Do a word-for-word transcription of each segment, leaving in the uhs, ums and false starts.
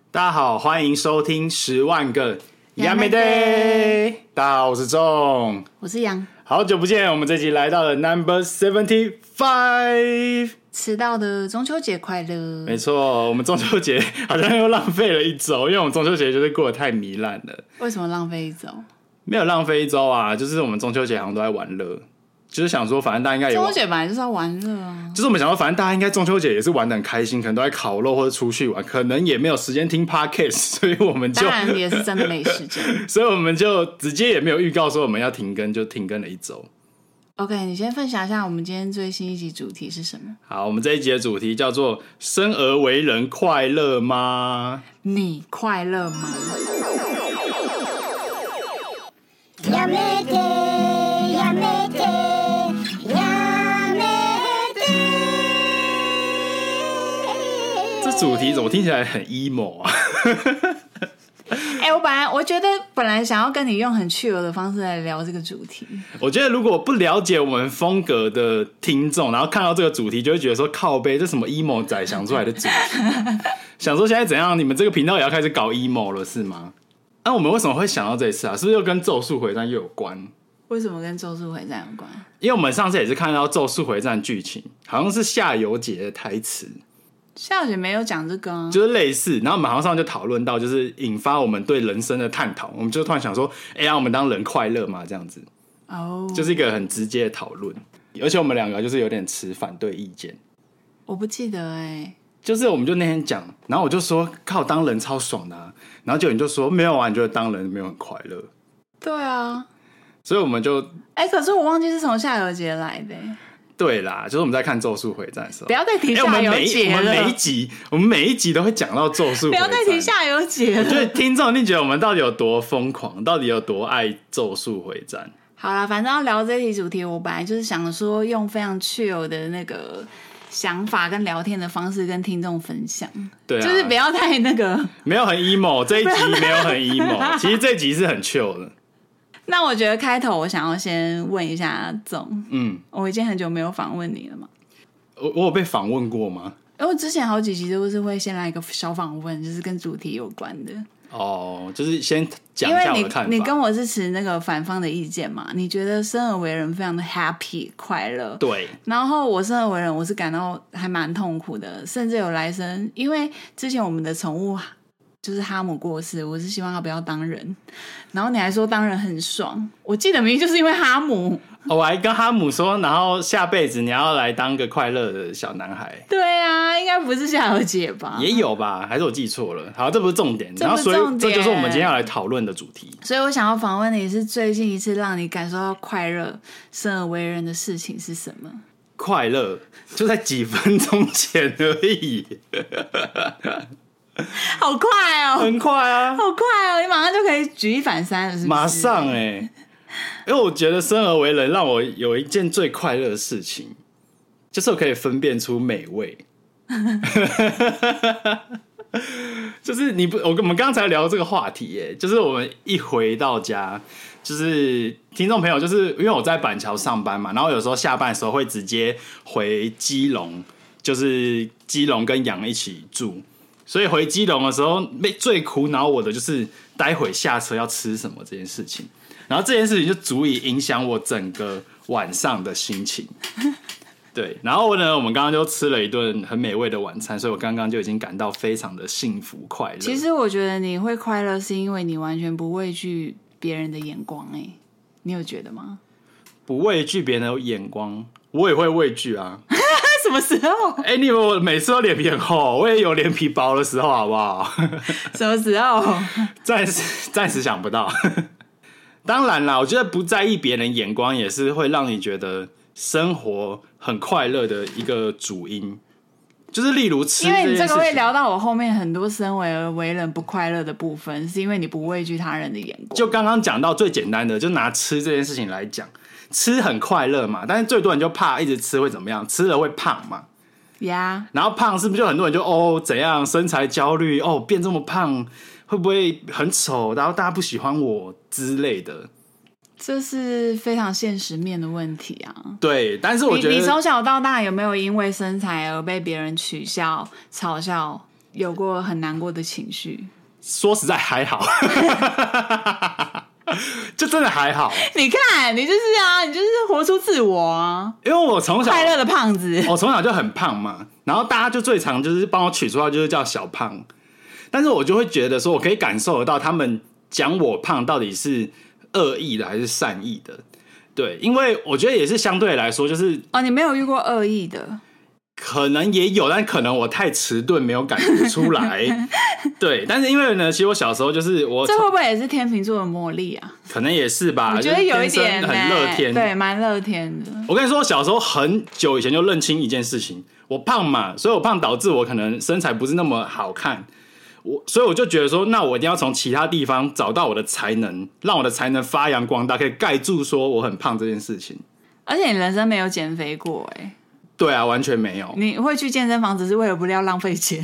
大家好，欢迎收听十万个亚美 day。大家好，我是仲， 我是杨。 好久不见，我们这集来到了 number seventy five。 迟到的中秋节快乐！ 没错，我们中秋节好像又浪费了一周，因为我们中秋节就是过得太糜烂了。 为什么浪费一周？ 没有浪费一周啊，就是我们中秋节好像都在玩乐。就是想说，反正大家应该也中秋节本来就是要玩乐啊。 就是我们想说，反正大家应该中秋节也是玩得很开心，可能都在烤肉或者出去玩，可能也没有时间听 podcast， 所以我们就当然也是真的没时间， 所以我们就直接也没有预告说我们要停更，就停更了一周。 OK， 你先分享一下我们今天最新一集主题是什么？ 好，我们这一集的主题叫做“生而为人快乐吗？ 你快乐吗？” やめてやめてやめて， 这主题怎么听起来很 emo 啊？ 哎、欸，我本来我觉得本来想要跟你用很chill的方式来聊这个主题。 我觉得如果不了解我们风格的听众，然后看到这个主题，就会觉得说靠北，这什么 emo 仔想出来的主题？想说现在怎样？你们这个频道也要开始搞 emo 了是吗？那、啊、我们为什么会想到这一次啊？是不是又跟《咒术回战》又有关？ 为什么跟《咒术回战》有关？ 因为我们上次也是看到《咒术回战》剧情，好像是夏油杰的台词。 夏油杰没有讲这个、啊， 就是类似。然后我们好像上就讨论到，就是引发我们对人生的探讨。我们就突然想说，哎、欸、呀、啊，我们当人快乐嘛？这样子，哦、oh ，就是一个很直接的讨论。而且我们两个就是有点持反对意见。 我不记得哎、欸。 就是我们就那天讲，然后我就说靠，当人超爽的、啊，然后就你就说没有啊，你觉得当人没有很快乐？ 对啊， 所以我们就哎、欸，可是我忘记是从夏油杰来的、欸。 对啦，就是我们在看《咒术回战》的时候， 不要再提夏油杰了、 欸。我们每一集，我们每一集都会讲到《咒术回战》， 不要再提夏油杰了。 我觉得听众一定觉得我们到底有多疯狂，到底有多爱《咒术回战》。 好啦，反正要聊这题主题，我本来就是想说用非常chill的那个想法跟聊天的方式跟听众分享， 对啊， 就是不要太那个， 没有很 emo， 这一集没有很 emo， 其实这一集是很 chill 的。 那我觉得开头我想要先问一下总， 嗯， 我已经很久没有访问你了嘛， 我我有被访问过吗？ 因为我之前好几集都是会先来一个小访问，就是跟主题有关的。 哦，就是先讲一下我的看法。 因为 你, 你跟我是持那个反方的意见嘛，你觉得生而为人非常的 happy 快乐， 对， 然后我生而为人我是感到还蛮痛苦的，甚至有来生，因为之前我们的宠物就是哈姆过世，我是希望他不要当人，然后你还说当人很爽，我记得明明就是因为哈姆， 我还跟哈姆说，然后下辈子你要来当个快乐的小男孩。 对啊，应该不是夏油杰吧？ 也有吧，还是我记错了？好，这不是重点， 这不是重点， 然后所以这就是我们今天要来讨论的主题。 所以我想要访问你是最近一次让你感受到快乐、生而为人的事情是什么？ 快乐就在几分钟前而已。 好快哦， 很快啊， 好快哦，你马上就可以举一反三了，是不是？ 马上哎、欸，因为我觉得生而为人让我有一件最快乐的事情，就是我可以分辨出美味。就是你不，我我们刚才聊这个话题、欸，就是我们一回到家，就是听众朋友，就是因为我在板桥上班嘛，然后有时候下班的时候会直接回基隆，就是基隆跟杨一起住。所以回基隆的时候，最苦恼我的就是待会下车要吃什么这件事情，然后这件事情就足以影响我整个晚上的心情。对，然后呢，我们刚刚就吃了一顿很美味的晚餐，所以我刚刚就已经感到非常的幸福快乐。 其实我觉得你会快乐，是因为你完全不畏惧别人的眼光、欸，哎，你有觉得吗？ 不畏惧别人的眼光，我也会畏惧啊。 什么时候？ 哎、欸，你以为我每次都脸皮很厚，我也有脸皮薄的时候，好不好？ 什么时候？ 暂时暂时想不到。当然啦，我觉得不在意别人眼光，也是会让你觉得生活很快乐的一个主因。就是例如吃这件事情， 因为你这个会聊到我后面很多生为而为人不快乐的部分，是因为你不畏惧他人的眼光。 就刚刚讲到最简单的，就拿吃这件事情来讲。吃很快乐嘛，但是最多人就怕一直吃会怎么样？吃了会胖嘛， 呀、yeah. 然后胖是不是就很多人就哦怎样身材焦虑哦变这么胖会不会很丑？然后大家不喜欢我之类的， 这是非常现实面的问题啊。 对，但是我觉得你, 你从小到大有没有因为身材而被别人取笑、嘲笑有过很难过的情绪？ 说实在还好，就真的还好。 你看，你就是啊，你就是活出自我啊。 因为我从小快乐的胖子， 我从小就很胖嘛，然后大家就最常就是帮我取绰号就是叫小胖，但是我就会觉得说，我可以感受得到他们讲我胖到底是恶意的还是善意的。对，因为我觉得也是相对来说，就是哦，你没有遇过恶意的。 可能也有，但可能我太迟钝，没有感觉出来。对，但是因为呢，其实我小时候就是我， 这会不会也是天秤座的魔力啊？ 可能也是吧。 我觉得有一点、 欸、很乐天， 对，蛮乐天的。 我跟你说，我小时候很久以前就认清一件事情，我胖嘛，所以我胖导致我可能身材不是那么好看。我所以我就觉得说，那我一定要从其他地方找到我的才能，让我的才能发扬光大，可以盖住说我很胖这件事情。 而且你人生没有减肥过哎、欸。 对啊，完全没有。 你会去健身房只是为了不要浪费钱，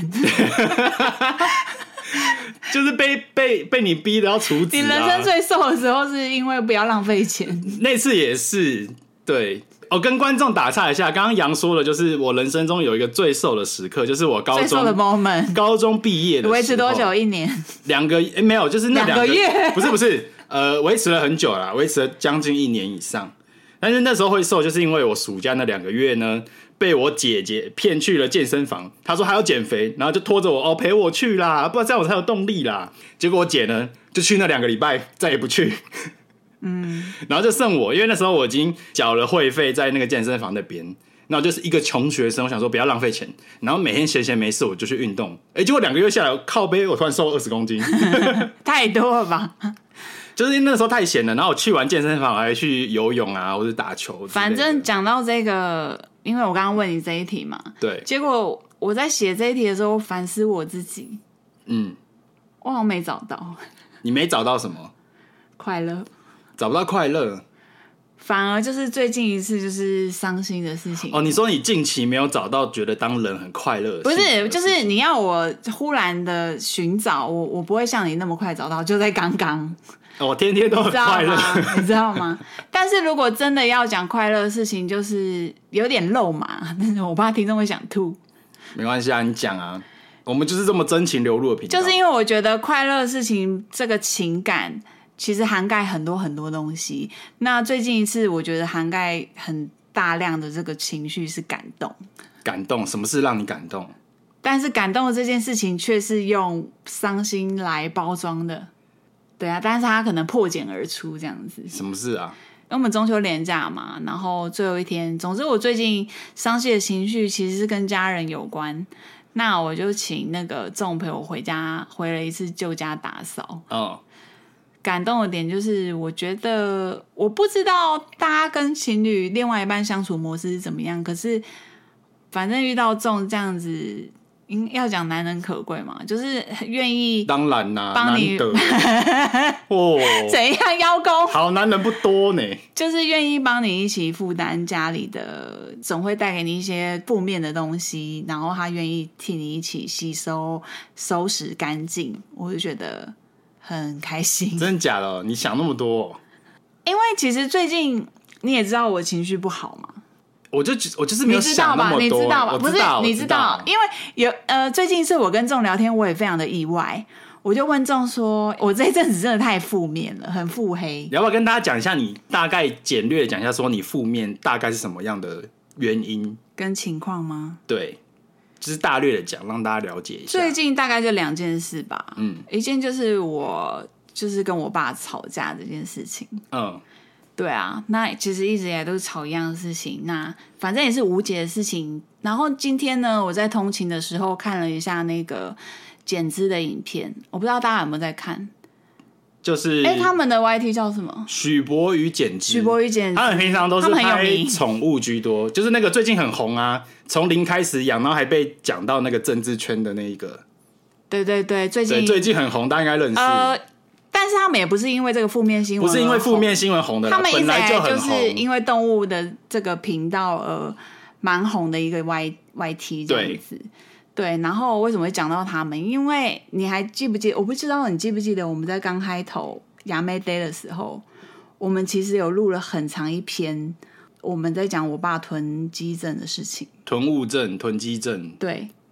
就是被被被你逼的要除脂、啊。 你人生最瘦的时候是因为不要浪费钱。 那次也是，对。我、哦、跟观众打岔一下，刚刚杨说的就是我人生中有一个最瘦的时刻，就是我高中最瘦的 moment， 高中毕业的时候。 维持多久？一年？ 两个、欸、没有，就是那两个两个月， 不是不是，呃，维持了很久啦，维持了将近一年以上。但是那时候会瘦，就是因为我暑假那两个月呢，被我姐姐骗去了健身房。她说还要减肥，然后就拖着我哦陪我去啦，不然这样我才有动力啦。结果我姐呢就去那两个礼拜，再也不去。嗯，然后就剩我，因为那时候我已经缴了会费在那个健身房那边，然后就是一个穷学生，我想说不要浪费钱，然后每天闲闲没事我就去运动。哎、欸，结果两个月下来，靠背我突然瘦二十公斤， 太多了吧？ 就是那时候太闲了，然后我去完健身房还去游泳啊，或者打球。 反正讲到这个，因为我刚刚问你这一题嘛， 对， 结果我在写这一题的时候反思我自己， 嗯， 我好像没找到。 你没找到什么快乐？ 找不到快乐， 反而就是最近一次就是伤心的事情。 哦，你说你近期没有找到觉得当人很快乐的事情？ 不是，就是你要我忽然的寻找，我我不会像你那么快找到，就在刚刚。 我天天都很快乐， 你知道吗？但是如果真的要讲快乐的事情，就是有点肉麻，但是我怕听众会想吐。 没关系啊，你讲啊，我们就是这么真情流露的频道。 就是因为我觉得快乐的事情，这个情感其实涵盖很多很多东西。那最近一次，我觉得涵盖很大量的这个情绪是感动。 感动？什么事让你感动？ 但是感动的这件事情却是用伤心来包装的。对啊，但是他可能破茧而出这样子。 什么事啊？ 因为我们中秋连假嘛，然后最后一天，总之我最近伤心的情绪其实是跟家人有关。那我就请那个仲陪我回家，回了一次旧家打扫。 哦， 感动的点就是，我觉得我不知道大家跟情侣另外一半相处模式是怎么样，可是反正遇到仲这样子。要讲难能可贵嘛，就是愿意当然啦、啊， 帮你难得哦， 怎样邀功？ 好男人不多呢， 就是愿意帮你一起负担家里的，总会带给你一些负面的东西，然后他愿意替你一起吸收、收拾干净，我就觉得很开心。 真的假的？你想那么多、哦？ 因为其实最近你也知道我情绪不好嘛。 我就我就是没有想那么多， 你知道吧？ 我不是你知道，因为有呃，最近是我跟仲聊天，我也非常的意外。我就问仲说，我这一阵子真的太负面了，很腹黑。 你要不要跟大家讲一下，你大概简略的讲一下，说你负面大概是什么样的原因跟情况吗？ 对，就是大略的讲，让大家了解一下。 最近大概就两件事吧， 嗯， 一件就是我就是跟我爸吵架这件事情， 嗯。 对啊，那其实一直以来都是吵一样的事情，那反正也是无解的事情。然后今天呢，我在通勤的时候看了一下那个剪枝的影片，我不知道大家有没有在看。 就是哎，他们的 Y T 叫什么？ 许博宇剪枝。 许博宇剪枝， 他们平常都是拍宠物居多，就是那个最近很红啊，从零开始养，然后还被讲到那个政治圈的那一个。 对对对，最近对最近很红，大家应该认识。呃但是他们也不是因为这个负面新闻， 不是因为负面新闻红的， 他们一直来就就是因为动物的这个频道而蛮红的一个 Y Y T 这样子。对，对，然后为什么会讲到他们？因为你还记不记得？我不知道你记不记得我们在刚开头亚妹 day 的时候，我们其实有录了很长一篇，我们在讲我爸囤积症的事情， 囤物症、囤积症， 对。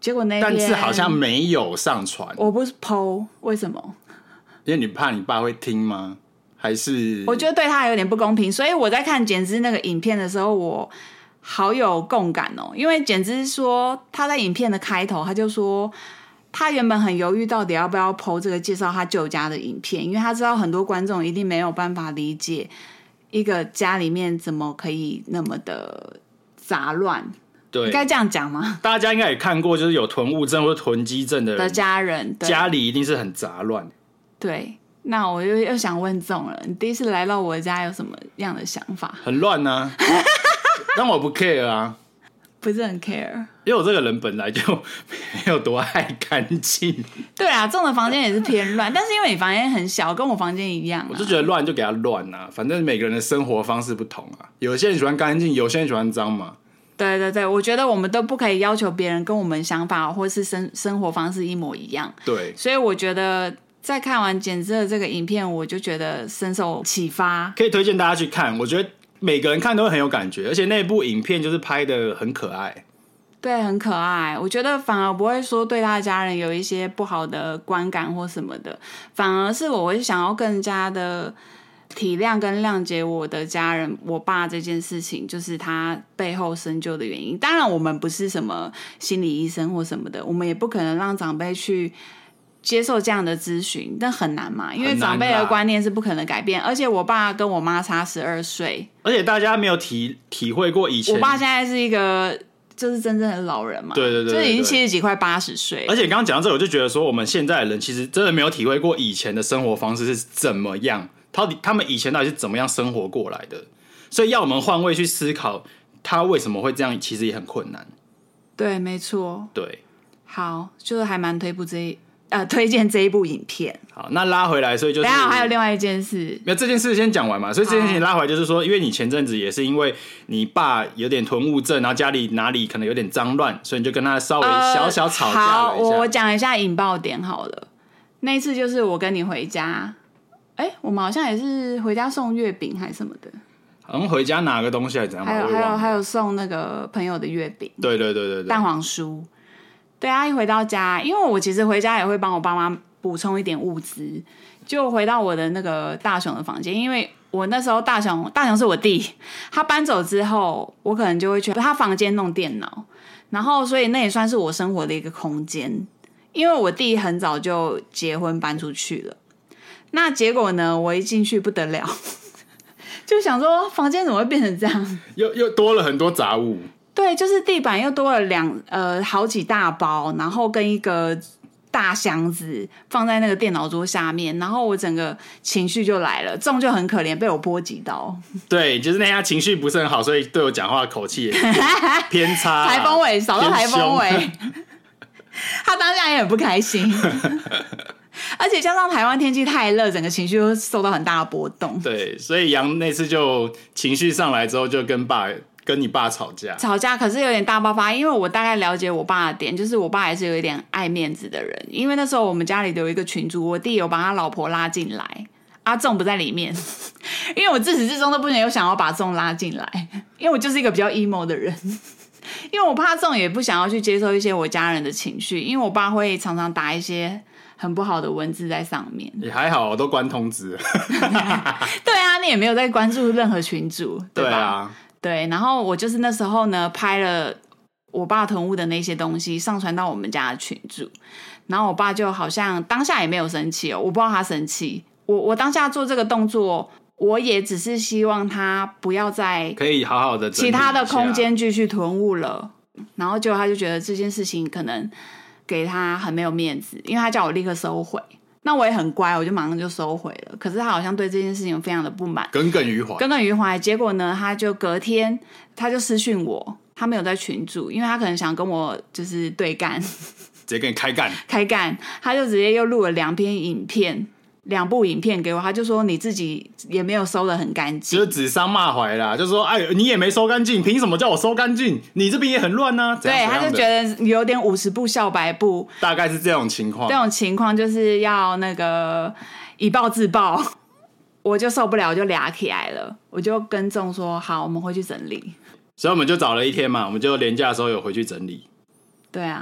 结果那天但是好像没有上传。 我不是 P O， 为什么？ 因为你怕你爸会听吗？还是我觉得对他有点不公平，所以我在看简之那个影片的时候，我好有共感哦。因为简之说他在影片的开头，他就说他原本很犹豫到底要不要 P O 这个介绍他舅家的影片，因为他知道很多观众一定没有办法理解一个家里面怎么可以那么的杂乱。 对， 应该这样讲吗？ 大家应该也看过，就是有囤物症或者囤积症的人的家人， 家里一定是很杂乱。 对，那我又又想问仲了，你第一次来到我家有什么样的想法？ 很乱啊，但我不 care 啊， 不是很 care， 因为我这个人本来就没有多爱干净。 对啊，仲的房间也是偏乱，但是因为你房间很小，跟我房间一样、啊， 我就觉得乱就给他乱啊，反正每个人的生活方式不同啊，有些人喜欢干净，有些人喜欢脏嘛。 对对对，我觉得我们都不可以要求别人跟我们想法或是生生活方式一模一样。 对， 所以我觉得在看完简之的这个影片，我就觉得深受启发， 可以推荐大家去看。我觉得每个人看都会很有感觉，而且那部影片就是拍的很可爱。 对，很可爱。我觉得反而不会说对他的家人有一些不好的观感或什么的，反而是我会想要更加的体谅跟谅解我的家人，我爸这件事情就是他背后深究的原因。当然我们不是什么心理医生或什么的，我们也不可能让长辈去接受这样的咨询，但很难嘛，因为长辈的观念是不可能改变。而且我爸跟我妈差十二岁， 而且大家没有体体会过以前， 我爸现在是一个就是真正的老人嘛， 对对 对, 对, 对， 就是已经七十几快八十岁。 而且刚刚讲到这个，我就觉得说，我们现在的人其实真的没有体会过以前的生活方式是怎么样，到底他们以前到底是怎么样生活过来的，所以要我们换位去思考，他为什么会这样，其实也很困难。 对，没错。 对， 好，就是还蛮推部这一呃推荐这一部影片。 好，那拉回来，所以就是， 等一下还有另外一件事， 没有这件事先讲完嘛，所以这件事情拉回来就是说，因为你前阵子也是因为你爸有点囤物症，然后家里哪里可能有点脏乱，所以你就跟他稍微小小吵架了一下。 呃、好，我讲一下引爆点好了。那一次就是我跟你回家，哎、欸，我们好像也是回家送月饼还是什么的， 好像回家拿个东西还是怎样， 还有还有还有送那个朋友的月饼， 对对对对对， 蛋黄酥。对啊，一回到家，因为我其实回家也会帮我爸妈补充一点物资，就回到我的那个大雄的房间，因为我那时候大雄大雄是我弟，他搬走之后，我可能就会去他房间弄电脑，然后所以那也算是我生活的一个空间，因为我弟很早就结婚搬出去了，那结果呢，我一进去不得了，就想说房间怎么会变成这样， 又又多了很多杂物。 对，就是地板又多了两呃好几大包，然后跟一个大箱子放在那个电脑桌下面，然后我整个情绪就来了，仲就很可怜，被我波及到。 对，就是那天情绪不是很好，所以对我讲话的口气也偏差， 台风尾扫到台风尾，他当下也很不开心。而且加上台湾天气太热，整个情绪又受到很大的波动。 对，所以杨那次就情绪上来之后，就跟爸。跟你爸吵架， 吵架可是有点大爆发，因为我大概了解我爸的点，就是我爸也是有一点爱面子的人，因为那时候我们家里有一个群组，我弟有把他老婆拉进来，阿仲不在里面，因为我自始至终都不能有想要把仲拉进来，因为我就是一个比较 emo 的人，因为我怕仲也不想要去接受一些我家人的情绪，因为我爸会常常打一些很不好的文字在上面。 也还好，我都关通知。 对啊，你也没有在关注任何群组，对吧？ 对啊。 对，然后我就是那时候呢，拍了我爸囤物的那些东西，上传到我们家的群组，然后我爸就好像当下也没有生气哦，我不知道他生气。我我当下做这个动作，我也只是希望他不要再可以好好的其他的空间继续囤物了，然后结果他就觉得这件事情可能给他很没有面子，因为他叫我立刻收回。那我也很乖，我就马上就收回了。可是他好像对这件事情非常的不满， 耿耿于怀， 耿耿于怀。结果呢，他就隔天他就私讯我，他没有在群组，因为他可能想跟我就是对干，直接跟你开干， 开干。他就直接又录了两篇影片，两部影片给我，他就说你自己也没有收得很干净， 就是指桑骂槐啦，就说哎，你也没收干净，凭什么叫我收干净？你这边也很乱啊。 对，他就觉得有点五十步笑百步， 大概是这种情况。 这种情况就是要那个以暴制暴，我就受不了，我就俩起来了，我就跟仲说好，我们回去整理。 所以我们就找了一天嘛，我们就连假的时候有回去整理。 对啊，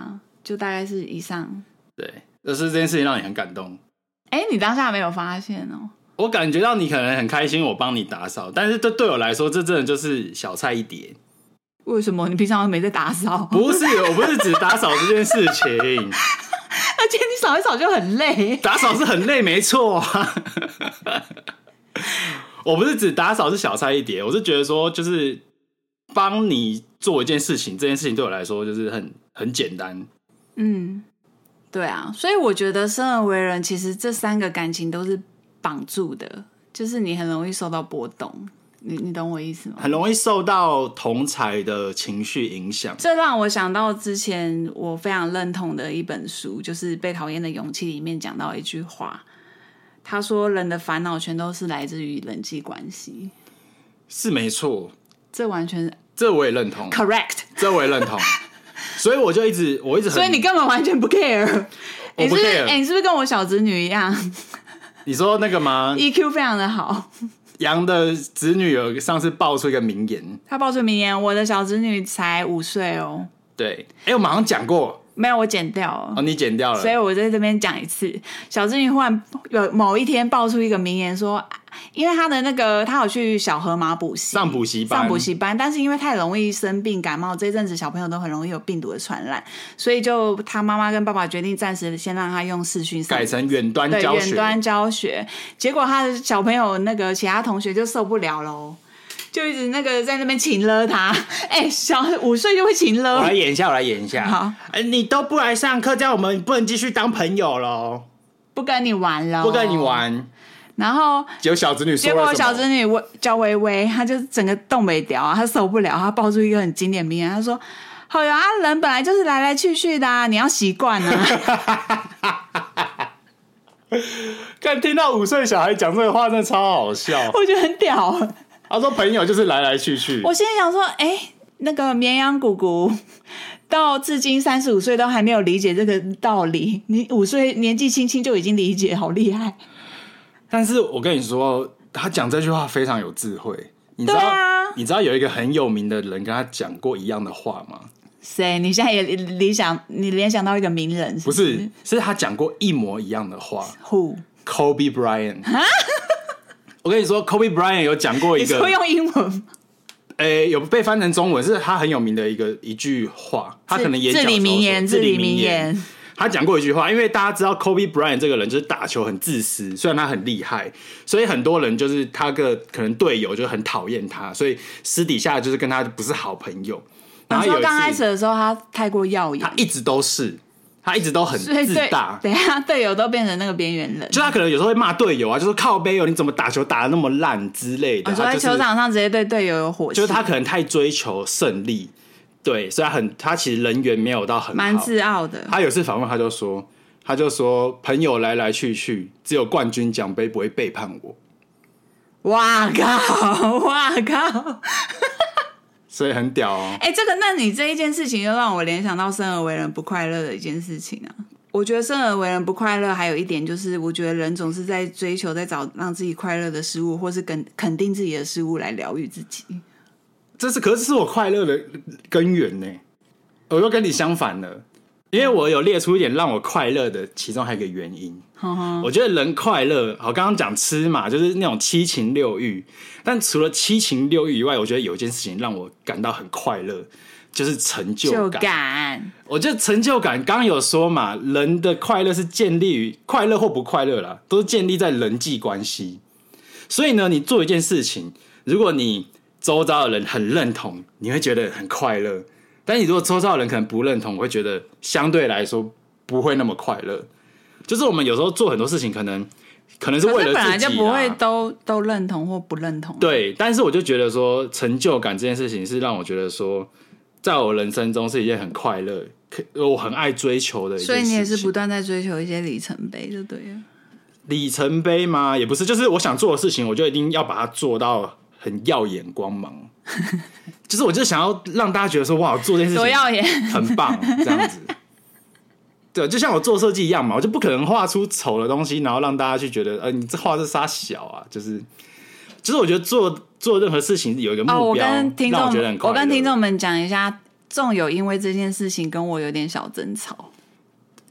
就大概是以上。 对，就是这件事情让你很感动。 哎、欸，你当下没有发现哦？ 我感觉到你可能很开心，我帮你打扫，但是这对我来说，这真的就是小菜一碟。 为什么？你平常没在打扫？ 不是，我不是指打扫这件事情。 而且你扫一扫就很累。 打扫是很累，没错啊。我不是指打扫是小菜一碟，我是觉得说，就是帮你做一件事情，这件事情对我来说就是很很简单。 嗯，对啊，所以我觉得生而为人，其实这三个感情都是绑住的，就是你很容易受到波动。你你懂我意思吗？ 很容易受到同侪的情绪影响。 这让我想到之前我非常认同的一本书，就是《被讨厌的勇气》里面讲到一句话，他说人的烦恼全都是来自于人际关系。 是没错， 这完全这我也认同 correct， 这我也认同。所以我就一直我一直很， 所以你根本完全不 care。 我不 care。 你是不是、欸、你是不是跟我小侄女一样？ 你说那个吗？ E Q 非常的好。 杨的子女有上次爆出一个名言， 他爆出名言，我的小侄女才五岁哦。 对，哎、欸，我马上讲过， 没有，我剪掉了。 哦，你剪掉了， 所以我在这边讲一次。小侄女忽然有某一天爆出一个名言说，因为她的那个她有去小河马补习， 上补习班， 上补习班，但是因为太容易生病感冒，这一阵子小朋友都很容易有病毒的传染，所以就她妈妈跟爸爸决定暂时先让她用视讯上， 改成远端教学， 对，远端教学。结果她的小朋友那个其他同学就受不了喽。就一直那个在那边情勒他，哎、欸，小五岁就会情勒。 我来演一下，我来演一下。 好， 哎、欸，你都不来上课，这样我们不能继续当朋友咯， 不跟你玩了， 不跟你玩。 然后结果小侄女说了什么？ 结果小侄女叫微微，她就整个动没掉啊，她受不了，她爆出一个很经典名言，她说：“好呀，人本来就是来来去去的、啊，你要习惯啊。” 看听到五岁小孩讲这个话，真的超好笑。 我觉得很屌。 他说朋友就是来来去去。 我心里想说，哎、欸，那个绵羊姑姑到至今三十五岁都还没有理解这个道理，你五岁年纪轻轻就已经理解，好厉害。 但是我跟你说，他讲这句话非常有智慧。你知道、 啊、 你知道有一个很有名的人跟他讲过一样的话吗？ 谁？你现在也理想你联想到一个名人是不是？ 不是，是他讲过一模一样的话。 Who？ Kobe Bryant。我跟你说 ，Kobe Bryant 有讲过一个， 你说用英文？ 诶、欸，有被翻成中文，是他很有名的一个一句话，他可能演讲至理名言，至理名言。 他讲过一句话，因为大家知道 Kobe Bryant 这个人就是打球很自私，虽然他很厉害，所以很多人就是他个可能队友就很讨厌他，所以私底下就是跟他不是好朋友。然后有一次刚开始的时候，他太过耀眼， 他一直都是。他一直都很自大， 等一下队友都变成那个边缘人， 就他可能有时候会骂队友啊，就说靠背哦，你怎么打球打得那么烂之类的。 我说在球场上直接对队友有火气， 就是他可能太追求胜利，对，所以他很他其实人缘没有到很好， 蛮自傲的。 他有次访问他就说，他就说朋友来来去去，只有冠军奖杯不会背叛我。 哇靠！哇靠！ 所以很屌哦。 哎、欸，这个，那你这一件事情又让我联想到生而为人不快乐的一件事情啊。我觉得生而为人不快乐，还有一点就是，我觉得人总是在追求，在找让自己快乐的事物，或是肯肯定自己的事物来疗愈自己。 这是，可是这是我快乐的根源呢。我又跟你相反了，因为我有列出一点让我快乐的，其中还有一个原因。我觉得人快乐，好，刚刚讲吃嘛，就是那种七情六欲。但除了七情六欲以外，我觉得有一件事情让我感到很快乐，就是成就感。 就感我觉得成就感，刚刚有说嘛，人的快乐是建立于快乐或不快乐啦，都是建立在人际关系。所以呢，你做一件事情，如果你周遭的人很认同，你会觉得很快乐。但你如果周遭的人可能不认同，我会觉得相对来说不会那么快乐。就是我们有时候做很多事情，可能可能是为了自己、啊， 本来就不会都都认同或不认同。 对，但是我就觉得说，成就感这件事情是让我觉得说，在我人生中是一件很快乐、我很爱追求的一件事情。 所以你也是不断在追求一些里程碑，就对了。 里程碑吗？也不是，就是我想做的事情，我就一定要把它做到很耀眼光芒。就是我就想要让大家觉得说，哇，我做这件事情多耀眼， 很棒，这样子。对，就像我做设计一样嘛，我就不可能画出丑的东西，然后让大家去觉得，呃，你这画这啥小啊？就是，就是我觉得做做任何事情有一个目标， 哦、我跟听众， 让我觉得很快乐。 我跟听众们讲一下，仲有因为这件事情跟我有点小争吵。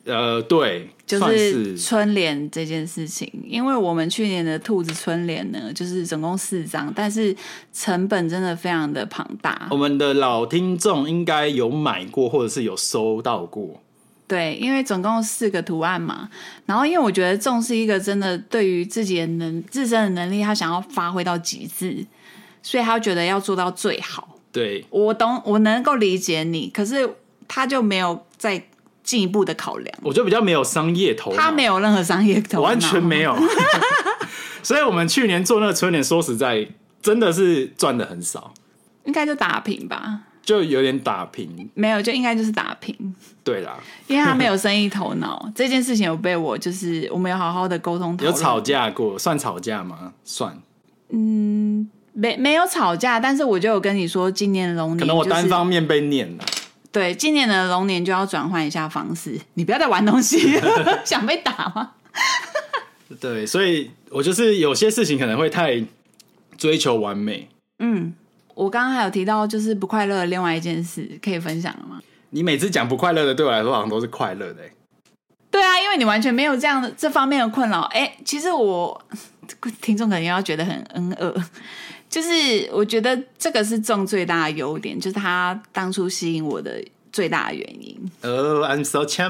呃，对， 就是春联这件事情，因为我们去年的兔子春联呢，就是总共四张，但是成本真的非常的庞大。 我们的老听众应该有买过，或者是有收到过。 对，因为总共四个图案嘛，然后因为我觉得重是一个真的对于自己的能自身的能力，他想要发挥到极致，所以他觉得要做到最好。 对， 我懂，我能够理解你，可是他就没有再进一步的考量， 我就比较没有商业头脑， 他没有任何商业头脑， 完全没有。所以我们去年做那个春联，说实在，真的是赚的很少， 应该就打平吧， 就有点打平。 没有，就应该就是打平。 对啦， 因为他没有生意头脑，这件事情有被我就是我们有好好的沟通讨论。 有吵架过，算吵架吗？算。 嗯，没没有吵架，但是我就有跟你说，今年龙年、就是、 可能我单方面被念了。 对，今年的龙年就要转换一下方式，你不要再玩东西，想被打吗？ 对，所以我就是有些事情可能会太追求完美。 嗯，我刚刚还有提到就是不快乐的另外一件事，可以分享了吗？ 你每次讲不快乐的，对我来说好像都是快乐的、欸。 对啊，因为你完全没有这样的这方面的困扰。哎，其实我听众可能要觉得很恩恶。就是我觉得这个是仲最大的优点，就是他当初吸引我的最大的原因。 Oh, I'm so charming 。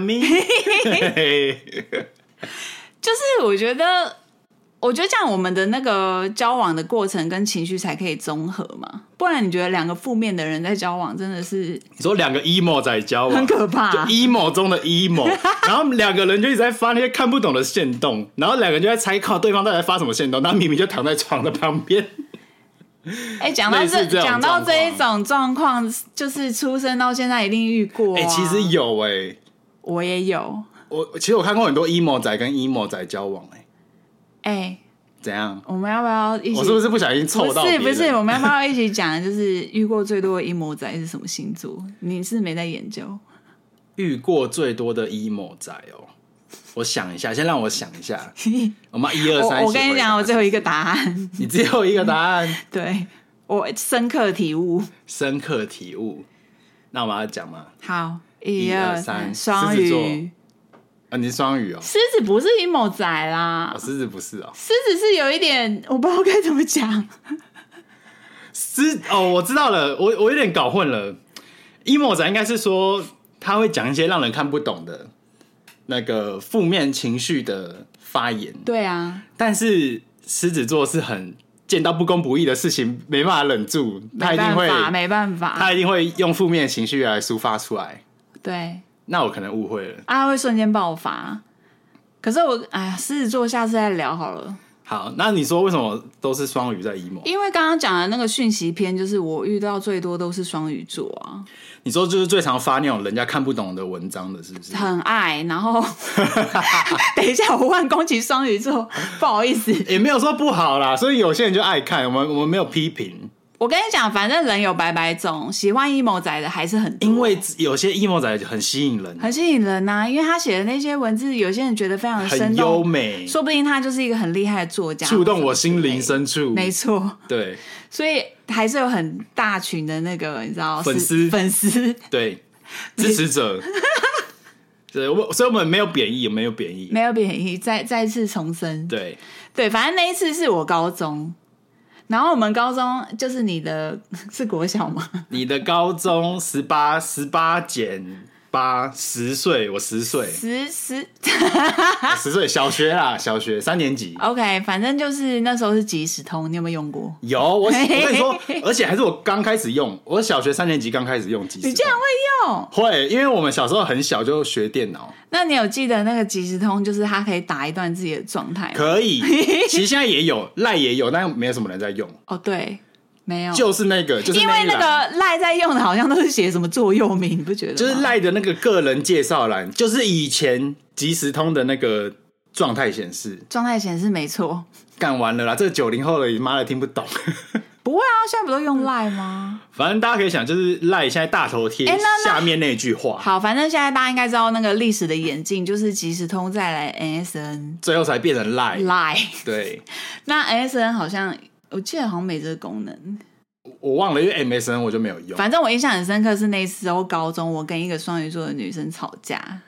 就是我觉得，我觉得这样我们的那个交往的过程跟情绪才可以综合嘛，不然你觉得两个负面的人在交往真的是？ 你说两个 emo 在交往， 很可怕， 就 emo 中的 emo， 然后两个人就一直在发那些看不懂的限动，然后两个人就在猜考对方到底在发什么限动，他明明就躺在床的旁边。 哎、欸，讲到这，讲到这一种状况，就是出生到现在一定遇过、啊。 哎、欸，其实有哎、欸， 我也有。 我其实我看过很多 emo 仔跟 emo 仔交往哎、欸。 哎、欸， 怎样？ 我们要不要一起？ 我是不是不小心凑到别人？ 不是不是，我们要不要一起讲？就是遇过最多的 emo 仔是什么星座？你是没在研究？ 遇过最多的 emo 仔哦。我想一下，先让我想一下。我们一二三， 我跟你讲，我最后一个答案。 你只有一个答案？ 对，我深刻体悟。 深刻体悟。那我们要讲吗？ 好， 一二三， 双鱼。 啊，你是双鱼哦。 狮子不是 emo 仔啦。 哦，狮子不是哦。 狮子是有一点，我不知道该怎么讲。 狮哦，我知道了，我我有点搞混了。emo 仔应该是说他会讲一些让人看不懂的。那个负面情绪的发言， 对啊， 但是狮子座是很见到不公不义的事情没办法忍住，他一定会没办法， 他一定会用负面情绪来抒发出来。 对， 那我可能误会了， 啊，他会瞬间爆发。可是我，哎呀，狮子座下次再聊好了。 好，那你说为什么都是双鱼在 emo？ 因为刚刚讲的那个讯息篇，就是我遇到最多都是双鱼座啊。 你说就是最常发那种人家看不懂的文章的，是不是？ 很爱，然后等一下我换攻击双鱼座，不好意思， 也没有说不好啦，所以有些人就爱看，我们我们没有批评。 我跟你讲，反正人有百百种，喜欢 emo 仔的还是很多， 因为有些 emo 仔很吸引人， 很吸引人呐、啊。因为他写的那些文字，有些人觉得非常的生动很优美， 说不定他就是一个很厉害的作家， 触动我心灵深处。 没错， 对， 所以还是有很大群的那个你知道粉丝粉丝对支持者。对，我所以我们没有贬义，没有贬义， 没有贬义，再再次重申。 对对，反正那一次是我高中。然后我们高中就是你的是国小吗？ 你的高中十八十八减八十岁，我十岁， 十十十岁，小学啦，小学三年级。 OK， 反正就是那时候是即时通，你有没有用过？ 有，我我跟你说，而且还是我刚开始用，我小学三年级刚开始用即时通。 你竟然会用？ 会，因为我们小时候很小就学电脑。 那你有记得那个即时通，就是它可以打一段自己的状态吗？ 可以，其实现在也有，赖也有，但没有什么人在用。 哦，对，没有， 就是那个，就是那因为那个赖在用的，好像都是写什么座右铭，你不觉得吗？ 就是赖的那个个人介绍栏，就是以前即时通的那个状态显示， 状态显示没错。 干完了啦，这个九零后的妈的听不懂。 不会啊，现在不都用赖吗？ 反正大家可以想，就是赖现在大头贴下面那句话。 好，反正现在大家应该知道那个历史的演进，就是即时通再来 M S N， 最后才变成赖赖。 对， 那 M S N 好像我记得好像没这个功能， 我忘了，因为 M S N 我就没有用。 反正我印象很深刻是那时候高中，我跟一个双鱼座的女生吵架。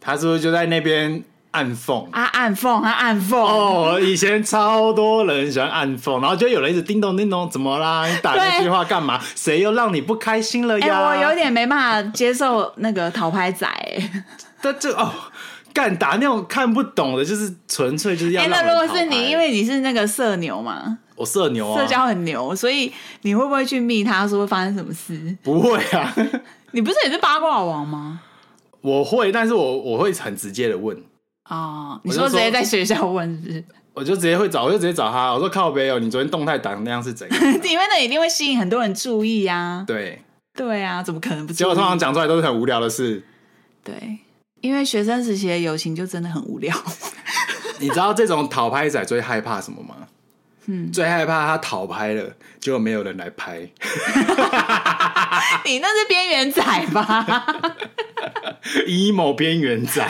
他是不是就在那边暗讽啊？暗讽，他暗讽哦！以前超多人喜欢暗讽，然后就有人一直叮咚叮咚，怎么啦？你打那句话干嘛？谁又让你不开心了呀？ 哎、欸，我有点没办法接受那个讨拍仔、欸， 但这哦。干打那种看不懂的，就是纯粹就是要让人讨拍。 哎、欸，那如果是你，因为你是那个社牛嘛， 我社牛啊， 社交很牛，所以你会不会去密他说发生什么事？ 不会啊， 你不是也是八卦王吗？ 我会，但是我我会很直接的问。 哦，你说直接在学校问是不是？ 我就直接会找，我就直接找他，我说靠北哦，你昨天动态打那样是怎样？ 因为那一定会吸引很多人注意啊。 对对啊，怎么可能不注意？ 结果通常讲出来都是很无聊的事。 对。因为学生时期的友情就真的很无聊。 你知道这种讨拍仔最害怕什么吗？嗯，最害怕他讨拍了，结果没有人来拍。 你那是边缘仔吧 ？emo 边缘仔。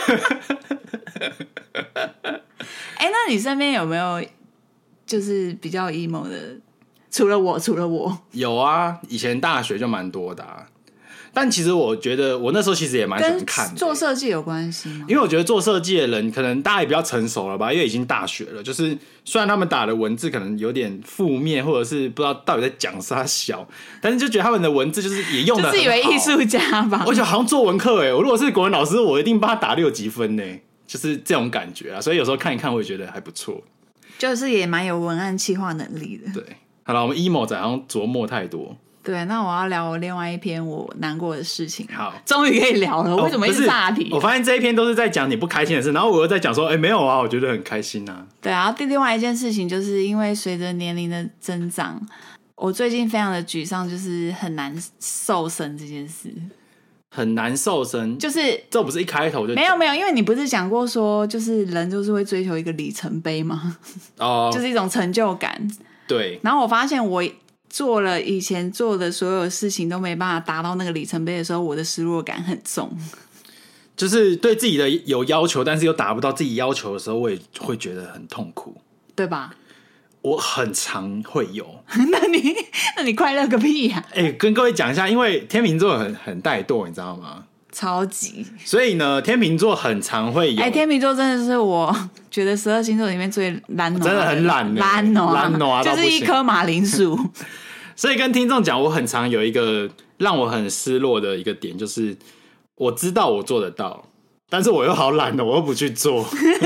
哎、欸，那你身边有没有就是比较 emo 的？除了我，除了我， 有啊，以前大学就蛮多的啊。但其实我觉得，我那时候其实也蛮喜欢看的。 跟做设计有关系吗？ 因为我觉得做设计的人，可能大家也比较成熟了吧，因为已经大学了。就是虽然他们打的文字可能有点负面，或者是不知道到底在讲啥小，但是就觉得他们的文字就是也用的很好， 就是以为艺术家吧。 我觉得好像作文课哎，我如果是国文老师，我一定帮他打六级分呢，就是这种感觉啊。所以有时候看一看，我也觉得还不错， 就是也蛮有文案企划能力的。 对，好了，我们 emo 仔好像琢磨太多。 对，那我要聊我另外一篇我难过的事情。 好， 终于可以聊了。为什么一直岔题？ 我发现这一篇都是在讲你不开心的事，然后我又在讲说，哎、欸，没有啊，我觉得很开心啊。 对啊，另外一件事情就是因为随着年龄的增长，我最近非常的沮丧，就是很难瘦身这件事。 很难瘦身， 就是这不是一开头就没有没有，因为你不是讲过说，就是人就是会追求一个里程碑吗？ 哦， 就是一种成就感。 对。 然后我发现我做了以前做的所有事情都没办法达到那个里程碑的时候，我的失落感很重。 就是对自己的有要求，但是又达不到自己要求的时候，我也会觉得很痛苦， 对吧？ 我很常会有。 那你那你快乐个屁呀、啊！ 哎、欸，跟各位讲一下，因为天秤座很很怠惰，你知道吗？ 超级。 所以呢，天秤座很常会有。 哎、欸，天秤座真的是我觉得十二星座里面最懒惰， 真的很懒， 懒惰， 懒惰， 就是一颗马铃薯。 所以跟听众讲，我很常有一个让我很失落的一个点，就是我知道我做得到，但是我又好懒的，我又不去做。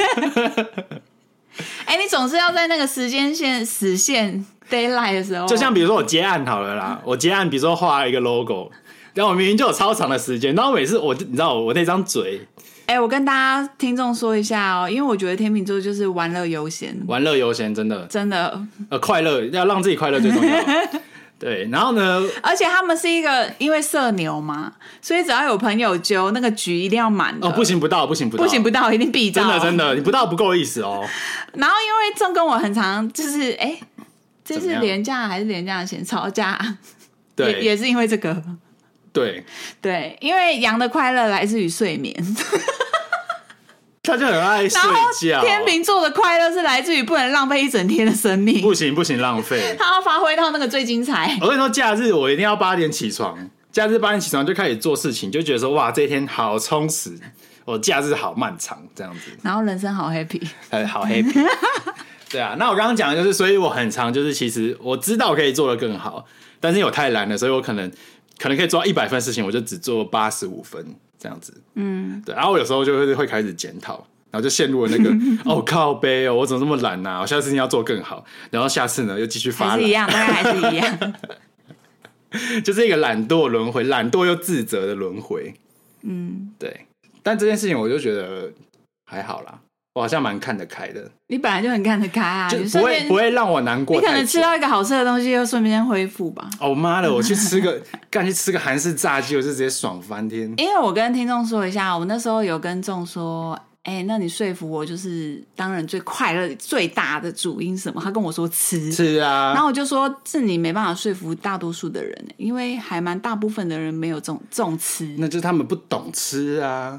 哎、欸，你总是要在那个时间线死线 deadline 的时候， 就像比如说我接案好了啦，我接案，比如说画一个 logo， 然后我明明就有超长的时间，然后每次我你知道我那张嘴。 哎、欸，我跟大家听众说一下哦，因为我觉得天秤座就是玩乐优先， 玩乐优先，真的， 真的， 呃，快乐要让自己快乐最重要。对，然后呢？ 而且他们是一个因为社牛嘛，所以只要有朋友揪，那个局一定要满的。 哦，不行不到，不行不到， 不行不到，一定必到。 真的真的，你不到不够意思哦。 然后因为郑跟我很常就是哎、欸，这是连假还是连假前吵架？ 对， 也也是因为这个。 对对，因为羊的快乐来自于睡眠。 他就很爱睡觉。 天秤座的快乐是来自于不能浪费一整天的生命， 不行不行浪费， 他要发挥到那个最精彩。 我跟你说，假日我一定要八点起床，假日八点起床就开始做事情，就觉得说哇，这一天好充实，我假日好漫长，这样子， 然后人生好 happy， 呃，好 happy。对啊，那我刚刚讲的就是，所以我很常就是，其实我知道可以做得更好，但是我太懒了，所以我可能可能可以做到一百分事情，我就只做八十五分。这样子，嗯，对，然后我有时候就会会开始检讨，然后就陷入了那个哦靠背哦，我怎么这么懒啊？我下次一定要做更好，然后下次呢又继续发懒， 还是一样，大概还是一样， 就是一个懒惰轮回，懒惰又自责的轮回，嗯，对。但这件事情我就觉得还好啦，我好像蛮看得开的。 你本来就很看得开啊， 就不会不会让我难过。 你可能吃到一个好吃的东西，又顺便恢复吧。 哦妈的，我去吃个干去吃个韩式炸鸡，我就直接爽翻天。 因为我跟听众说一下，我那时候有跟众说，哎、欸，那你说服我，就是当然最快乐最大的主因是什么？他跟我说吃吃啊， 然后我就说是你没办法说服大多数的人，因为还蛮大部分的人没有这种这种吃， 那就是他们不懂吃啊。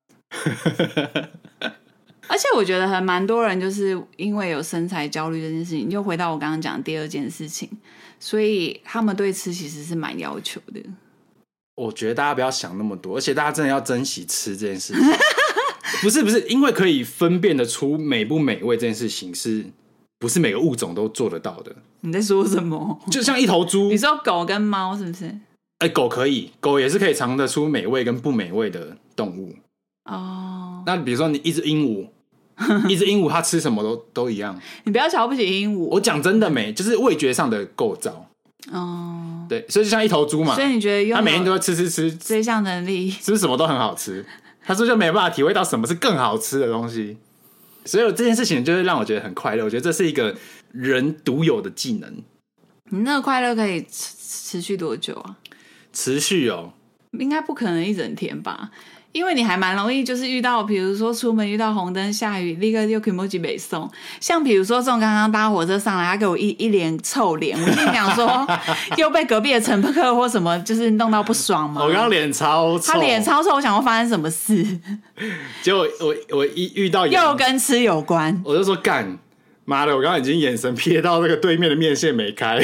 而且我觉得还蛮多人就是因为有身材焦虑这件事情，又回到我刚刚讲的第二件事情，所以他们对吃其实是蛮要求的。 我觉得大家不要想那么多，而且大家真的要珍惜吃这件事情。 不是不是，因为可以分辨得出美不美味这件事情是不是每个物种都做得到的？ 你在说什么？ 就像一头猪， 你说狗跟猫是不是？ 哎、欸，狗可以，狗也是可以尝得出美味跟不美味的动物。 哦， 那比如说你一只鹦鹉，一只鹦鹉它吃什么都都一样。 你不要瞧不起鹦鹉。 我讲真的没，就是味觉上的构造。 哦， 对，所以就像一头猪嘛。 所以你觉得用它每天都会吃吃吃， 这项能力， 是不是什么都很好吃？它是不是就没办法体会到什么是更好吃的东西？所以这件事情就是让我觉得很快乐。我觉得这是一个人独有的技能。 你那个快乐可以持续多久啊？ 持续哦， 应该不可能一整天吧，因为你还蛮容易就是遇到，比如说出门遇到红灯下雨，立刻就 kimoji 北送。像比如说这种刚刚搭火车上来，他给我一一脸臭脸，我心里想说又被隔壁的乘客或什么就是弄到不爽吗？ 我刚刚脸超臭， 他脸超臭，我想说发生什么事， 结果我我我一遇到又跟吃有关， 我就说干妈的，我刚刚已经眼神瞥到那个对面的面线没开。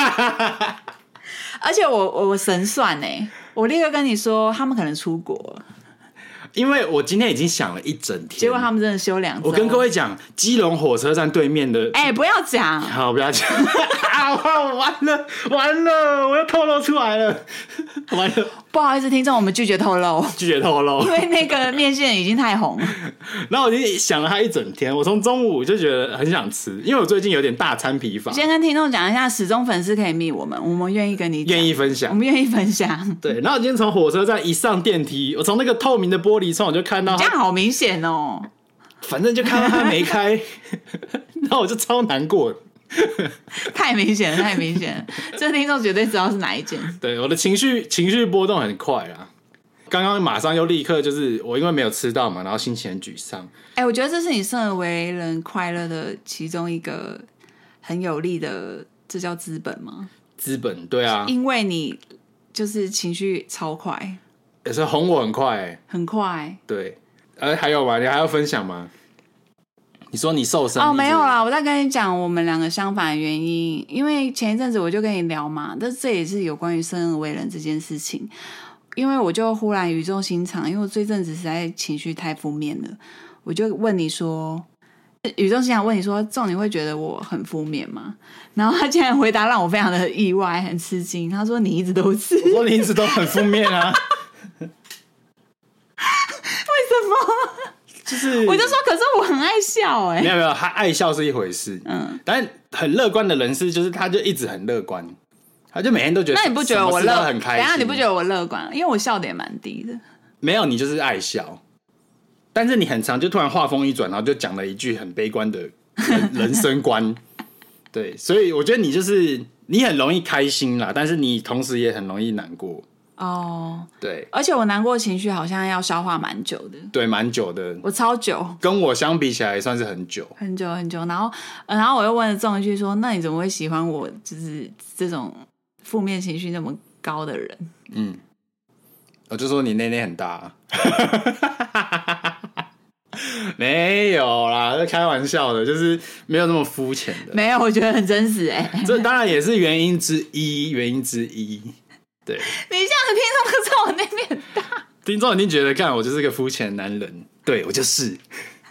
而且我我神算哎，我立刻跟你说他们可能出国了， 因为我今天已经想了一整天， 结果他们真的休两周。 我跟各位讲，基隆火车站对面的， 哎、欸，不要讲， 好，不要讲，啊，完了完了，我要透露出来了，完了， 不好意思，听众，我们拒绝透露， 拒绝透露， 因为那个面线已经太红了。 然后我就想了它一整天，我从中午就觉得很想吃，因为我最近有点大餐疲乏。 先跟听众讲一下，始终粉丝可以密我们，我们愿意跟你讲， 愿意分享， 我们愿意分享。 对，然后我今天从火车站一上电梯，我从那个透明的玻璃窗我就看到它， 这样好明显哦。 反正就看到它没开，然后我就超难过。 太明显了，太明显了，这听众绝对知道是哪一件。 对，我的情绪情绪波动很快啊。刚刚马上又立刻就是我因为没有吃到嘛，然后心情很沮丧。 哎、欸，我觉得这是你生而为人快乐的其中一个很有力的，这叫资本吗？ 资本，对啊， 因为你就是情绪超快， 也是哄我很快、欸， 很快。 对，呃，还有吗？你还要分享吗？你说你受伤哦，没有啦，我在跟你讲我们两个相反的原因，因为前一阵子我就跟你聊嘛，但这也是有关于生而为人这件事情。因为我就忽然语重心长，因为我这阵子实在情绪太负面了，我就问你说，语重心长问你说，仲你会觉得我很负面吗？然后他竟然回答让我非常的意外，很吃惊。他说你一直都是， 我说你一直都很负面啊。 为什么？ 就是我就说，可是我很爱笑哎、欸。 没有没有，他爱笑是一回事，嗯，但很乐观的人是，就是他就一直很乐观。他就每天都觉得， 那你不觉得我乐很开心？ 等一下你不觉得我乐观？因为我笑点也蛮低的。 没有，你就是爱笑，但是你很常就突然话锋一转，然后就讲了一句很悲观的人, 人生观。对，所以我觉得你就是你很容易开心啦，但是你同时也很容易难过。 哦， 对， 而且我难过的情绪好像要消化蛮久的。 对，蛮久的， 我超久， 跟我相比起来也算是很久， 很久很久。然后，呃、然后我又问了仲一句说：“那你怎么会喜欢我？就是这种负面情绪那么高的人？” 嗯，我就说你内内很大、啊，没有啦，这开玩笑的，就是没有那么肤浅的。 没有，我觉得很真实哎、欸。 这当然也是原因之一，原因之一。对， 你这样子听众都知道我内面很大， 听众一定觉得，看我就是个肤浅的男人。对，我就是。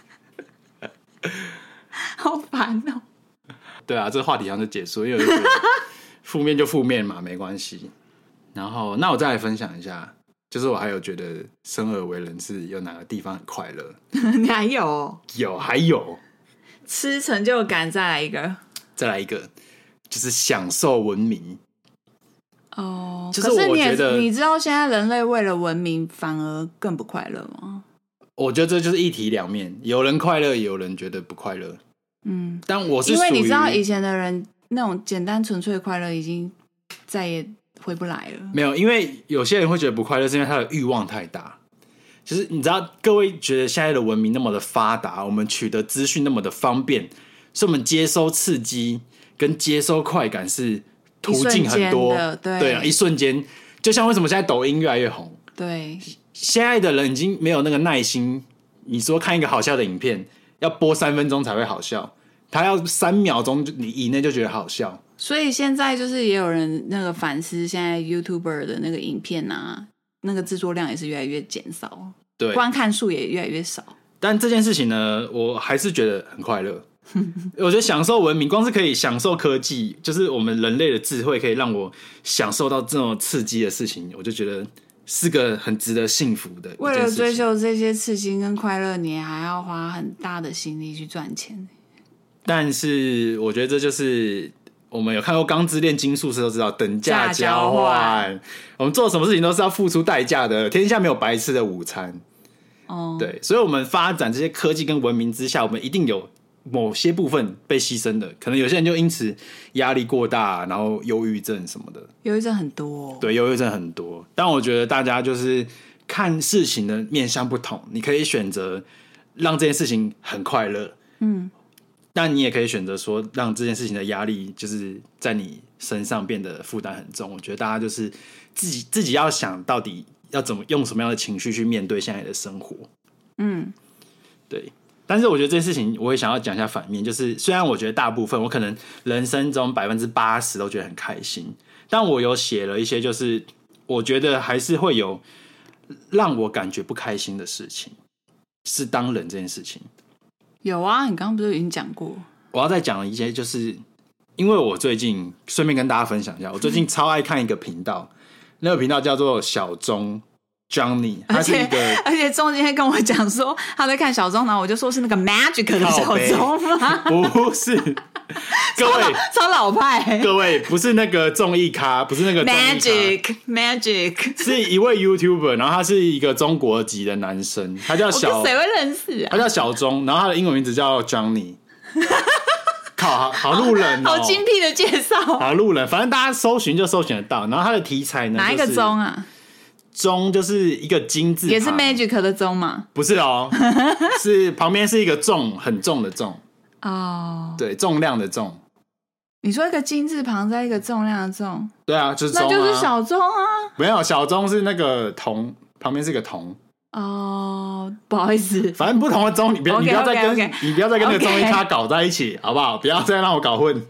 好烦哦、喔。 对啊，这个话题好像就结束，因为我就觉得负面就负面嘛，没关系。然后，那我再来分享一下，就是我还有觉得生而为人是有哪个地方很快乐？ 你还有、喔、 有，还有吃成就感，再来一个， 再来一个，就是享受文明。 哦， 就是我觉得， 可是你你知道现在人类为了文明反而更不快乐吗？ 我觉得这就是一体两面，有人快乐，有人觉得不快乐。嗯，但我是因为你知道以前的人那种简单纯粹的快乐已经再也回不来了。 没有，因为有些人会觉得不快乐，是因为他的欲望太大。就是你知道，各位觉得现在的文明那么的发达，我们取得资讯那么的方便，所以我们接收刺激跟接收快感是途径很多， 对对啊，一瞬间，就像为什么现在抖音越来越红， 对， 现在的人已经没有那个耐心。你说看一个好笑的影片，要播三分钟才会好笑，他要三秒钟你以内就觉得好笑。 所以现在就是也有人那个反思，现在 YouTuber 的那个影片啊，那个制作量也是越来越减少， 对， 观看数也越来越少。 但这件事情呢，我还是觉得很快乐。我觉得享受文明，光是可以享受科技，就是我们人类的智慧，可以让我享受到这种刺激的事情，我就觉得是个很值得幸福的一件事情。 为了追求这些刺激跟快乐，你还要花很大的心力去赚钱。 但是我觉得这就是我们有看过《钢之炼金术师》都知道，等价交换。我们做什么事情都是要付出代价的，天下没有白吃的午餐。哦，对，所以我们发展这些科技跟文明之下，我们一定有某些部分被牺牲的，可能有些人就因此压力过大，然后忧郁症什么的。 忧郁症很多、哦， 对，忧郁症很多。但我觉得大家就是看事情的面向不同，你可以选择让这件事情很快乐，嗯，但你也可以选择说让这件事情的压力就是在你身上变得负担很重。我觉得大家就是自己自己要想到底要怎么用什么样的情绪去面对现在的生活，嗯，对。但是我觉得这件事情，我也想要讲一下反面，就是虽然我觉得大部分我可能人生中百分之八十都觉得很开心，但我有写了一些，就是我觉得还是会有让我感觉不开心的事情，是当人这件事情。 有啊，你刚刚不是已经讲过？ 我要再讲一些，就是因为我最近顺便跟大家分享一下，我最近超爱看一个频道，那个频道叫做小钟。Johnny， 他是一个， 而且钟今天跟我讲说他在看小钟，然后我就说是那个 Magic 的小钟吗？ 不是，各位超老派， 各位不是那个综艺咖，不是那个 Magic Magic， 是一位 YouTuber， 然后他是一个中国籍的男生，他叫小， 谁会认识啊？ 他叫小钟，然后他的英文名字叫 Johnny。靠，好好路人哦， 好精辟的介绍， 好路人，反正大家搜寻就搜寻得到。然后他的题材呢， 哪一个钟啊？ 钟就是一个金字旁， 也是 Magic 的钟吗？ 不是哦，是旁边是一个重，很重的重哦， 对，重量的重。 你说一个金字旁在一个重量的重， 对啊，就是钟啊， 那就是小钟啊。 没有，小钟是那个铜，旁边是个铜。 哦，不好意思， 反正不同的钟，你不要， okay, 你不要再跟 okay, okay. 你不要再跟那个综艺咖搞在一起， okay. 好不好？不要再让我搞混。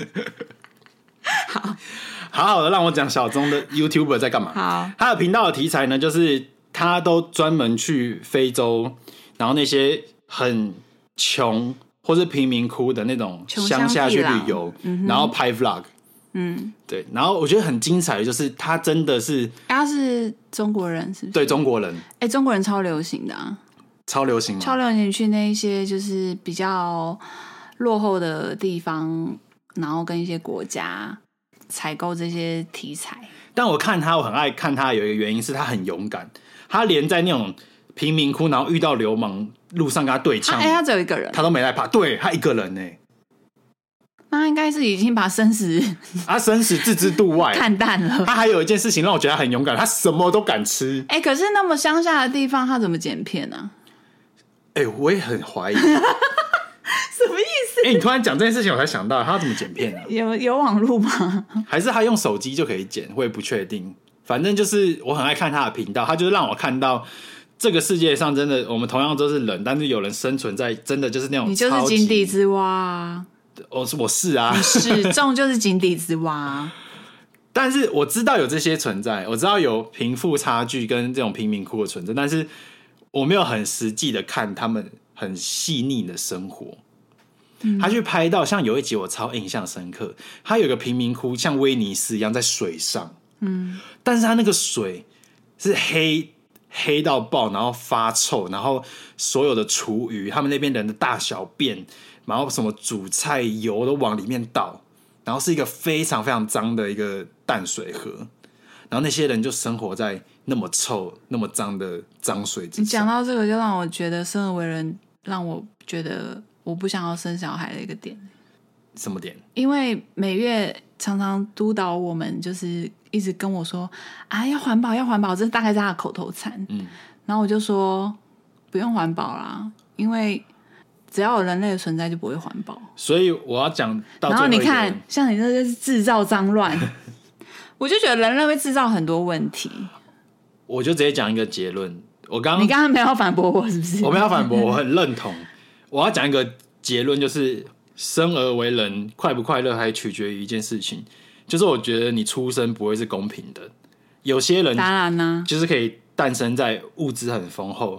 好。 好好的让我讲小钟的 YouTuber 在干嘛。 好， 他的频道的题材呢，就是他都专门去非洲，然后那些很穷或是贫民窟的那种乡下去旅游，嗯、然后拍 vlog。嗯，对。然后我觉得很精彩的就是他真的是， 他是中国人是不是？ 对，中国人。哎、 欸，中国人超流行的啊， 超流行吗？ 超流行去那一些就是比较落后的地方，然后跟一些国家。采购这些题材， 但我看他，我很爱看他，有一个原因是他很勇敢，他连在那种贫民窟，然后遇到流氓，路上跟他对枪， 哎、啊欸，他只有一个人， 他都没害怕，对他一个人呢， 那应该是已经把生死， 他生死置之度外， 看淡了。 他还有一件事情让我觉得他很勇敢，他什么都敢吃。 哎、欸，可是那么乡下的地方，他怎么剪片呢、啊？ 哎、欸，我也很怀疑。 什么意思？ 哎、欸，你突然讲这件事情，我才想到他怎么剪片呢、啊？ 有有网路吗？ 还是他用手机就可以剪？我也不确定。反正就是我很爱看他的频道，他就是让我看到这个世界上真的，我们同样都是人，但是有人生存在真的就是那种， 你就是井底之蛙。 我是我是啊， 你始终就是井底之蛙。 但是我知道有这些存在，我知道有贫富差距跟这种贫民窟的存在，但是我没有很实际的看他们很细腻的生活。他去拍到像有一集我超印象深刻，他有一个贫民窟像威尼斯一样在水上，嗯，但是他那个水是黑黑到爆，然后发臭，然后所有的厨余，他们那边人的大小便，然后什么煮菜油都往里面倒，然后是一个非常非常脏的一个淡水河，然后那些人就生活在那么臭那么脏的脏水之上。 你讲到这个就让我觉得生而为人，让我觉得我不想要生小孩的一个点。 什么点？ 因为每月常常督导我们，就是一直跟我说啊，要环保，要环保，这大概是他的口头禅。嗯，然后我就说不用环保啦，因为只要有人类的存在，就不会环保。 所以我要讲到最后一个， 然后你看，像你这就是制造脏乱，我就觉得人类会制造很多问题。 我就直接讲一个结论。我刚你刚刚没有反驳我，是不是？ 我没有反驳，我很认同。我要讲一个结论，就是生而为人快不快乐还取决于一件事情，就是我觉得你出生不会是公平的。有些人当然啦， 就是可以诞生在物资很丰厚，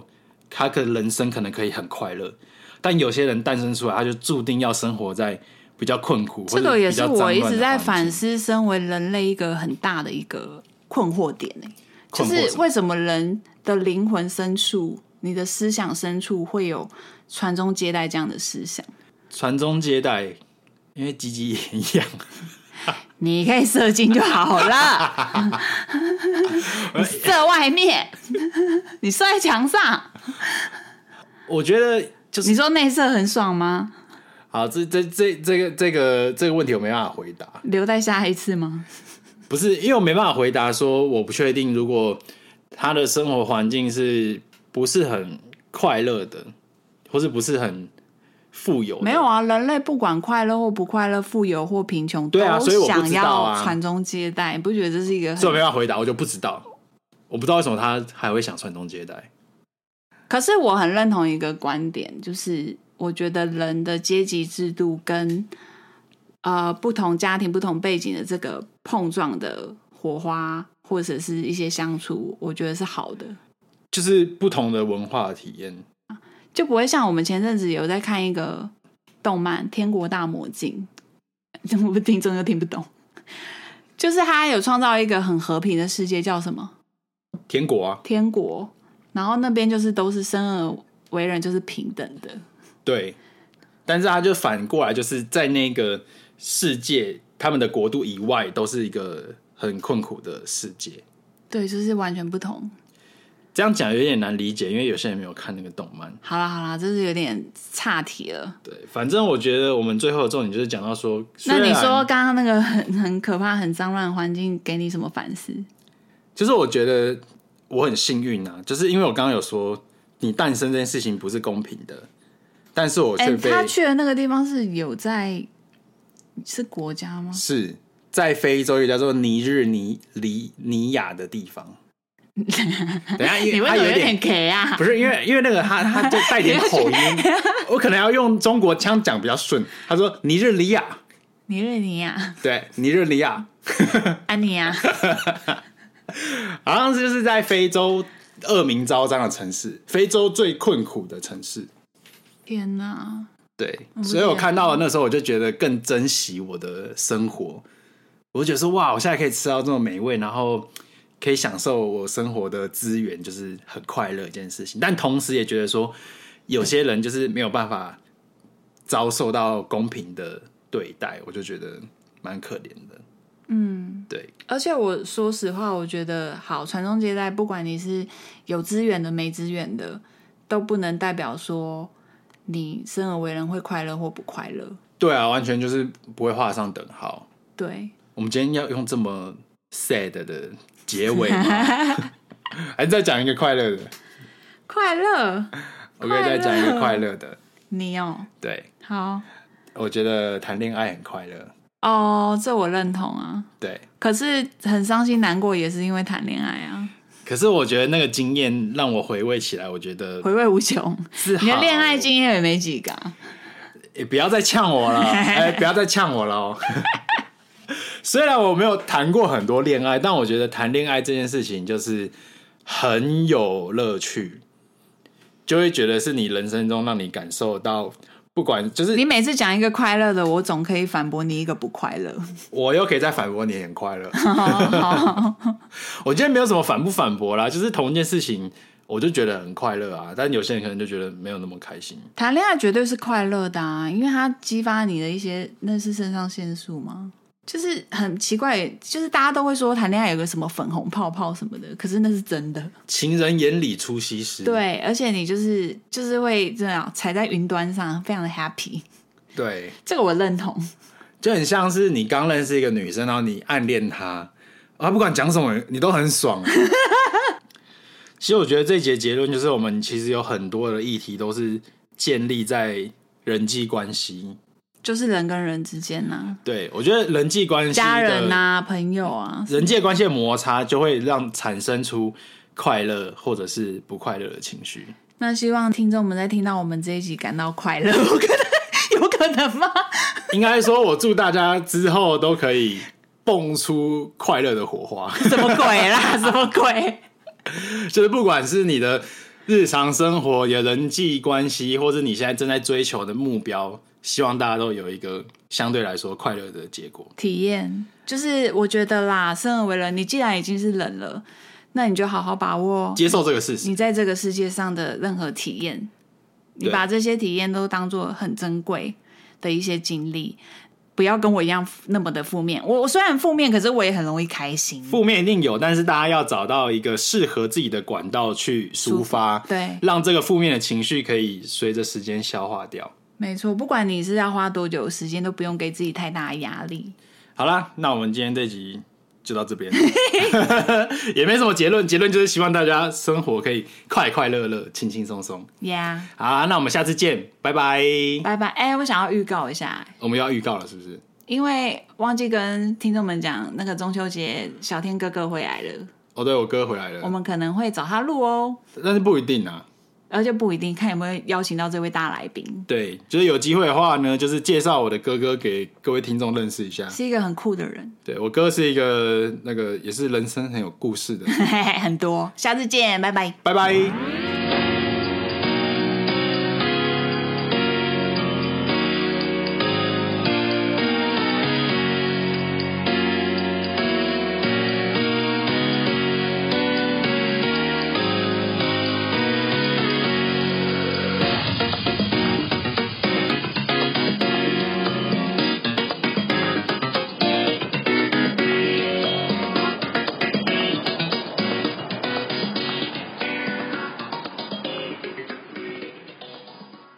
他的人生可能可以很快乐，但有些人诞生出来，他就注定要生活在比较困苦， 这个也是我一直在反思， 思，身为人类一个很大的一个困惑点、欸、就是为什么人的灵魂深处，你的思想深处会有传宗接代这样的思想？ 传宗接代，因为鸡鸡也一样。 你可以射精就好了，你射外面，你射在墙上。 我觉得就是你说内射很爽吗？ 好，这这这这个这个这个问题我没办法回答， 留待下一次吗？ 不是，因为我没办法回答，说我不确定，如果他的生活环境是不是很快乐的，或是不是很富有的？ 没有啊，人类不管快乐或不快乐，富有或贫穷， 对啊，所以我不知道啊， 想要传宗接代，你不觉得这是一个很？ 所以我没办法回答，我就不知道，我不知道为什么他还会想传宗接代。 可是我很认同一个观点，就是我觉得人的阶级制度跟呃不同家庭、不同背景的这个碰撞的火花，或者是一些相处，我觉得是好的， 就是不同的文化体验， 就不会像我们前阵子有在看一个动漫《天国大魔镜》，我们听众又听不懂，就是他有创造一个很和平的世界，叫什么？ 天国啊， 天国。然后那边就是都是生而为人就是平等的， 对。但是他就反过来，就是在那个世界，他们的国度以外，都是一个很困苦的世界。 对，就是完全不同。 这样讲有点难理解，因为有些人没有看那个动漫。 好啦好啦，这是有点岔题了。 对，反正我觉得我们最后的重点就是讲到说， 那你说刚刚那个很很可怕、很脏乱的环境，给你什么反思？ 就是我觉得我很幸运啊，就是因为我刚刚有说，你诞生这件事情不是公平的，但是我却被、 欸、他去的那个地方是有在是国家吗？ 是在非洲一个叫做尼日尼尼尼亚的地方。等一下，因为他有点 K 啊， 不是因为因为那个他他就带点口音，我可能要用中国腔讲比较顺。他说尼日利亚， 尼日利亚， 对，尼日利亚， 安妮亚， 好像是就是在非洲恶名昭彰的城市，非洲最困苦的城市。 天哪！ 对，所以我看到了那时候，我就觉得更珍惜我的生活。我就觉得说，哇，我现在可以吃到这么美味，然后可以享受我生活的资源，就是很快乐一件事情。但同时也觉得说，有些人就是没有办法遭受到公平的对待，我就觉得蛮可怜的。嗯，对。 而且我说实话，我觉得好传宗接代，不管你是有资源的、没资源的，都不能代表说你生而为人会快乐或不快乐。 对啊，完全就是不会画上等号。 对， 我们今天要用这么 sad 的结尾吗？还是再讲一个快乐的？ 快乐， 我可以再讲一个快乐的。 你哦， 对， 好， 我觉得谈恋爱很快乐。 哦，这我認同啊。 对， 可是很伤心难过也是因为谈恋爱啊。 可是我觉得那个经验让我回味起来，我觉得回味无穷。你的恋爱经验也没几个、啊， 也不要再呛我了，哎，不要再呛我了、哦。虽然我没有谈过很多恋爱，但我觉得谈恋爱这件事情就是很有乐趣，就会觉得是你人生中让你感受到，不管就是你每次讲一个快乐的，我总可以反驳你一个不快乐， 我又可以再反驳你很快乐。我今天没有什么反不反驳啦，就是同一件事情，我就觉得很快乐啊，但有些人可能就觉得没有那么开心。 谈恋爱绝对是快乐的啊，因为它激发你的一些，那是肾上腺素吗？就是很奇怪，就是大家都会说谈恋爱有个什么粉红泡泡什么的，可是那是真的。 情人眼里出西施。 对，而且你就是就是会这样踩在云端上，非常的 happy。 对， 这个我认同。 就很像是你刚认识一个女生，然后你暗恋她，她不管讲什么，你都很爽。其实我觉得这一节结论就是，我们其实有很多的议题都是建立在人际关系。 就是人跟人之间啊， 对，我觉得人际关系的家人啊、朋友啊， 人际关系的摩擦就会让产生出快乐或者是不快乐的情绪。 那希望听众们在听到我们这一集感到快乐，有可能有可能吗？ 应该说，我祝大家之后都可以蹦出快乐的火花。 什么鬼啦？什么鬼？ 就是不管是你的日常生活、你的人际关系，或是你现在正在追求的目标，希望大家都有一个相对来说快乐的结果。 体验就是我觉得啦，生而为人，你既然已经是人了，那你就好好把握接受这个事实， 你在这个世界上的任何体验，你把这些体验都当作很珍贵的一些经历。不要跟我一样那么的负面，我我虽然负面，可是我也很容易开心。 负面一定有，但是大家要找到一个适合自己的管道去抒发， 对， 让这个负面的情绪可以随着时间消化掉。 没错，不管你是要花多久的时间，都不用给自己太大的压力。 好啦，那我们今天这集就到这边，也没什么结论，结论就是希望大家生活可以快快乐乐、轻轻松松。 Yeah， 好啊，那我们下次见，拜拜， 拜拜。哎、欸，我想要预告一下， 我们要预告了，是不是？ 因为忘记跟听众们讲，那个中秋节小天哥哥回来了。 哦，对，我哥回来了， 我们可能会找他录哦， 但是不一定啊。 而且不一定，看有没有邀请到这位大来宾。 对，就是有机会的话呢，就是介绍我的哥哥给各位听众认识一下， 是一个很酷的人。 对，我哥是一个那个也是人生很有故事的， 很多。下次见，拜拜， 拜拜。